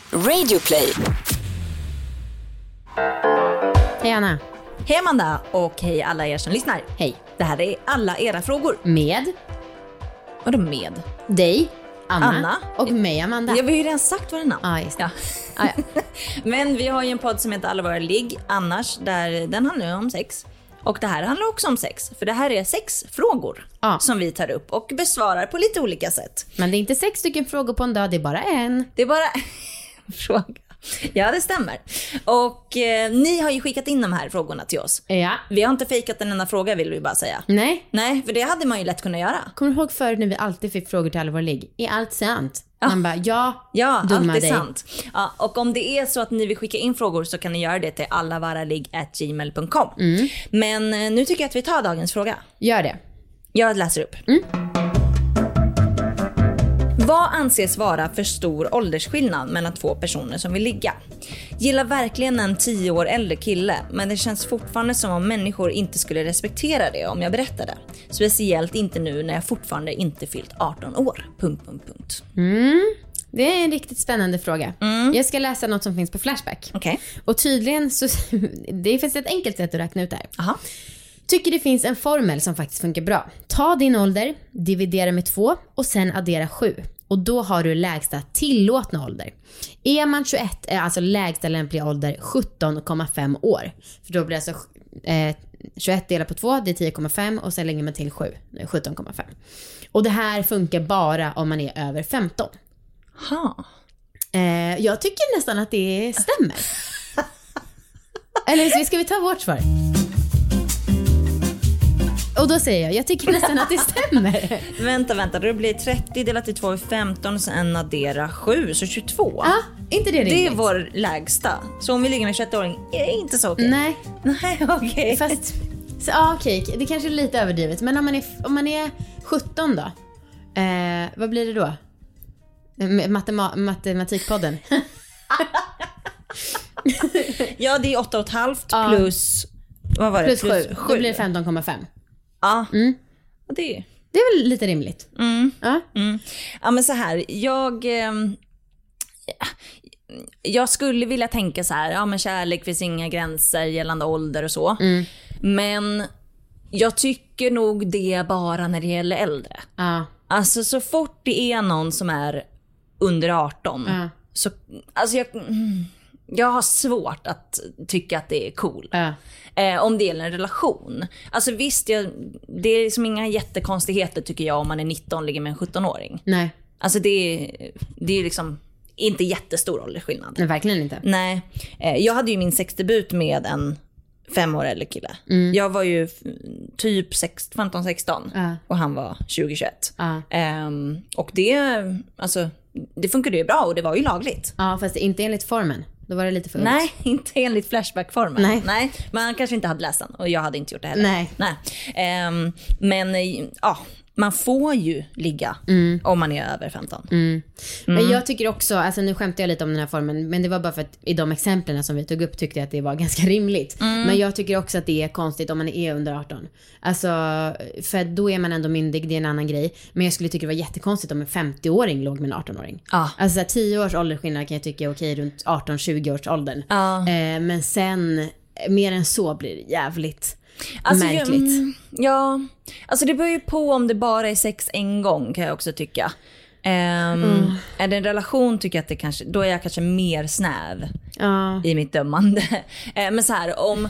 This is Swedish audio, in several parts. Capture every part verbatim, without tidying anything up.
Radioplay. Hej Anna. Hej Amanda och hej alla er som lyssnar. Hej. Det här är alla era frågor. Med? Vadå med? Dig, Anna, Anna. och mig, Amanda. Jag har ju redan sagt vad det är namn. Ja, just det. Ja. Ah, ja. Men vi har ju en podd som heter Alla våra ligg annars, där den handlar om sex. Och det här handlar också om sex. För det här är sex frågor Ja. som vi tar upp och besvarar på lite olika sätt. Men det är inte sex stycken frågor på en dag, det är bara en. Det är bara en fråga. Ja, det stämmer. Och eh, ni har ju skickat in de här frågorna till oss. Ja. Vi har inte fejkat en enda fråga, vill vi bara säga. Nej. Nej, för det hade man ju lätt kunnat göra. Kommer du ihåg förut när vi alltid fick frågor till Alla våra ligg? Är allt sant? Ja. Man bara, ja, Ja, dumma allt är dig. sant. Ja, och om det är så att ni vill skicka in frågor så kan ni göra det till allavaraligg at gmail dot com. Mm. Men eh, nu tycker jag att vi tar dagens fråga. Gör det. Jag läser upp. Mm. Vad anses vara för stor åldersskillnad mellan två personer som vill ligga? Gillar verkligen en tio år äldre kille, men det känns fortfarande som om människor inte skulle respektera det om jag berättade. Speciellt inte nu när jag fortfarande inte fyllt arton år. Punkt, punkt, punkt. Mm. Det är en riktigt spännande fråga. Mm. Jag ska läsa något som finns på Flashback. Okej. Och tydligen så det finns ett enkelt sätt att räkna ut det här. Aha. Tycker det finns en formel som faktiskt funkar bra. Ta din ålder, dividera med två och sen addera sju. Och då har du lägsta tillåtna ålder. Är man tjugoett är alltså lägsta lämpliga ålder sjutton komma fem år. För då blir det alltså eh, tjugoett delat på två, det är tio komma fem och sen lägger man till sju, sjutton komma fem. Och det här funkar bara om man är över femton. Ha. Eh, jag tycker nästan att det stämmer. Eller ska vi ta vårt svar? Och då säger jag, jag tycker nästan att det stämmer. Vänta, vänta, det blir trettio delat i två är femton och sen addera sju, så tjugotvå. Ja, inte det rimligt? Det är vår lägsta. Så om vi ligger med tjugoett-åring är det inte så okej. Nej. Nej, okej. Okay. Fast, så, ja, okej, det kanske är lite överdrivet. Men om man är, om man är sjutton då? Eh, vad blir det då? Matema- matematikpodden. Ja, det är åtta och ett halvt Ja. plus... Vad var det? Plus sju. Då blir det femton komma fem. Ja, Mm. och det är... Det är väl lite rimligt. Mm. Ja. Mm. Ja, men så här, jag... Eh, jag skulle vilja tänka så här, ja men kärlek finns inga gränser gällande ålder och så. Mm. Men jag tycker nog det bara när det gäller äldre. Ja. Alltså så fort det är någon som är under arton Ja. så alltså jag, jag har svårt att tycka att det är cool. Ja. Eh, om det gäller en relation. Alltså visst, jag, det är liksom inga jättekonstigheter tycker jag om man är nitton och ligger med en sjutton-åring. Nej. Alltså det är, det är liksom inte jättestor åldersskillnad. Nej, verkligen inte. Nej, eh, jag hade ju min sexdebut med en fem år äldre kille. Mm. Jag var ju f- typ femton sexton Ja. och han var tjugo tjugoett. Ja. Ehm, och det, alltså, det funkade ju bra och det var ju lagligt. Ja, fast inte enligt formen. Då var det lite för ungt. Nej, inte enligt Flashback-formen. Nej. Nej, man kanske inte hade läst den och jag hade inte gjort det heller. Nej. Nej. Ehm, men ja, man får ju ligga Mm. om man är över femton. Mm. Men jag tycker också, alltså nu skämtar jag lite om den här formen, men det var bara för att i de exemplen som vi tog upp tyckte jag att det var ganska rimligt. Mm. Men jag tycker också att det är konstigt om man är under arton. Alltså, för då är man ändå myndig, det är en annan grej. Men jag skulle tycka det var jättekonstigt om en femtio-åring låg med en arton-åring. Ja. Alltså så här, tio års åldersskillnad kan jag tycka är okej runt arton tjugo års åldern. Ja. Eh, men sen, mer än så blir det jävligt Alltså, märkligt. Jag, mm, ja, alltså det beror ju på om det bara är sex en gång kan jag också tycka. Um, mm. Är det en relation tycker jag att det kanske, då är jag kanske mer snäv Ja. i mitt dömande. uh, men så här, om,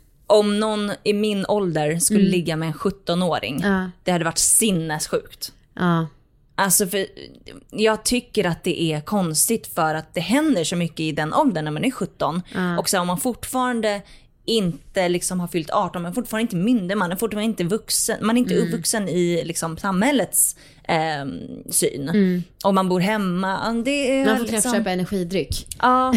om någon i min ålder skulle Mm. ligga med en sjutton-åring, Ja. det hade varit sinnessjukt. Ja. Alltså för jag tycker att det är konstigt för att det händer så mycket i den åldern när man är sjutton. Ja. Och så om man fortfarande inte liksom har fyllt arton, men fortfarande inte myndig, man är fortfarande inte vuxen, man är inte Mm. uppvuxen i liksom samhällets eh, syn. Mm. Och man bor hemma, det är Man får liksom... knappt köpa energidryck. Ja,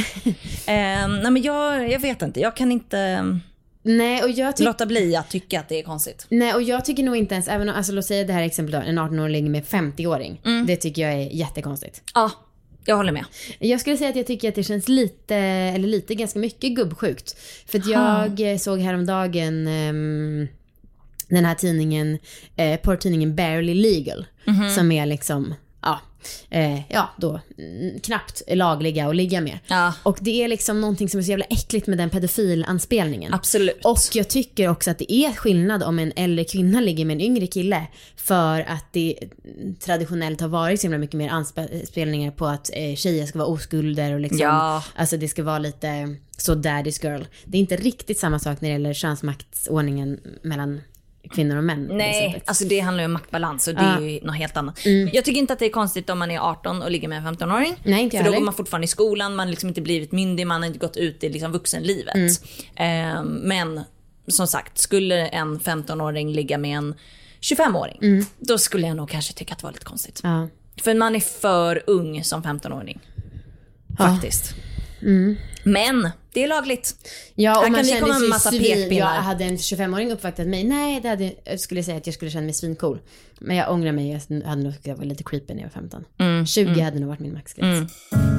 eh, nej men jag, jag vet inte, jag kan inte Nej, och jag tycker låta bli att tycka att det är konstigt. Nej, och jag tycker nog inte ens, även om, alltså låt säga det här exemplet då, en arton-åring med femtio-åring. Mm. Det tycker jag är jättekonstigt. Ja, jag håller med. Jag skulle säga att jag tycker att det känns lite, eller lite ganska mycket gubbsjukt. För att jag såg häromdagen um, den här tidningen, eh, porrtidningen Barely Legal. Mm-hmm. Som är liksom, ja, eh, ja, då mm, knappt lagliga att ligga med. Ja. Och det är liksom någonting som är så jävla äckligt med den pedofilanspelningen. Absolut. Och jag tycker också att det är skillnad om en äldre kvinna ligger med en yngre kille, för att det traditionellt har varit så himla mycket mer anspelningar på att eh, tjejer ska vara oskulder och liksom, ja. alltså det ska vara lite så daddy's girl. Det är inte riktigt samma sak när det gäller könsmaktsordningen mellan kvinnor och män. Nej, alltså det handlar ju om maktbalans och det ja. är ju något helt annat. Mm. Jag tycker inte att det är konstigt om man är arton och ligger med en femton-åring. Nej, inte för då går man fortfarande i skolan, man har liksom inte blivit myndig, man har inte gått ut i liksom vuxenlivet. Mm. Eh, men som sagt, skulle en femton-åring ligga med en tjugofem-åring, mm. då skulle jag nog kanske tycka att det var lite konstigt. Ja. För man är för ung som femton-åring. Faktiskt. Ja. Mm. Men det är lagligt. Ja, och här man kan det komma en massa svin, pekpinnar. Jag hade en tjugofem-åring uppvaktat mig. Nej, det hade, jag skulle säga att jag skulle känna mig svincool. Men jag ångrar mig. Jag hade nog jag var lite creepy när jag var femton. Mm. tjugo mm. hade nog varit min maxgräns. Mm.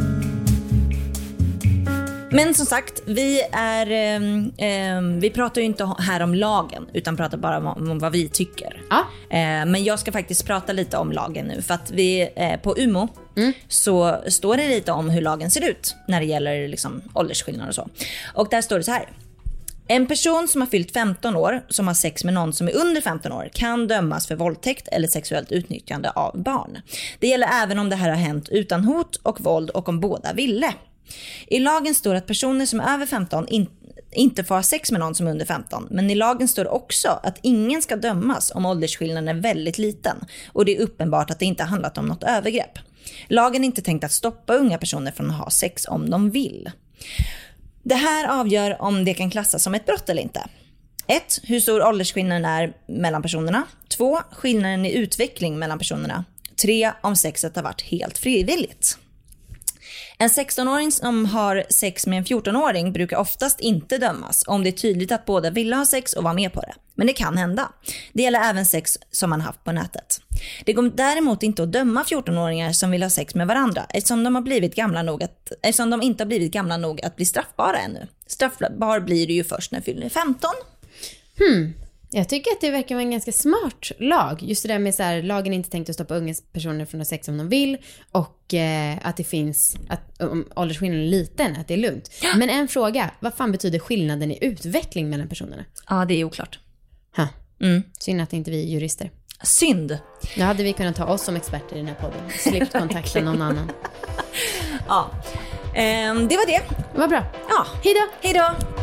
Men som sagt, vi är eh, eh, vi pratar ju inte här om lagen, utan pratar bara om, om vad vi tycker. Ja. Eh, men jag ska faktiskt prata lite om lagen nu, för att vi eh, på U M O mm. så står det lite om hur lagen ser ut när det gäller liksom åldersskillnad och så. Och där står det så här: en person som har fyllt femton år som har sex med någon som är under femton år kan dömas för våldtäkt eller sexuellt utnyttjande av barn. Det gäller även om det här har hänt utan hot och våld och om båda ville. I lagen står att personer som är över femton in, inte får ha sex med någon som är under femton. Men i lagen står också att ingen ska dömas om åldersskillnaden är väldigt liten och det är uppenbart att det inte handlat om något övergrepp. Lagen är inte tänkt att stoppa unga personer från att ha sex om de vill. Det här avgör om det kan klassas som ett brott eller inte. ett. Hur stor åldersskillnaden är mellan personerna. två. Skillnaden i utveckling mellan personerna. tre. Om sexet har varit helt frivilligt. En sexton-åring som har sex med en fjorton-åring brukar oftast inte dömas om det är tydligt att båda ville ha sex och var med på det. Men det kan hända. Det gäller även sex som man haft på nätet. Det går däremot inte att döma fjorton-åringar som vill ha sex med varandra eftersom de, har blivit gamla nog att, eftersom de inte har blivit gamla nog att bli straffbara ännu. Straffbar blir det ju först när fyller femton. Hmm. Jag tycker att det verkar vara en ganska smart lag. Just det där med så här, lagen är inte tänkt att stoppa unga personer från att ha sex om de vill. Och eh, att det finns, att om åldersskillnaden är liten, att det är lugnt. Men en fråga, vad fan betyder skillnaden i utveckling mellan personerna? Ja, det är oklart. Ha. Mm. Synd att inte vi är jurister. Synd. Då hade vi kunnat ta oss som experter i den här podden. Slippt kontakta någon annan. Ja, ehm, det var det. Det var bra. Ja. Hej då. Hej då.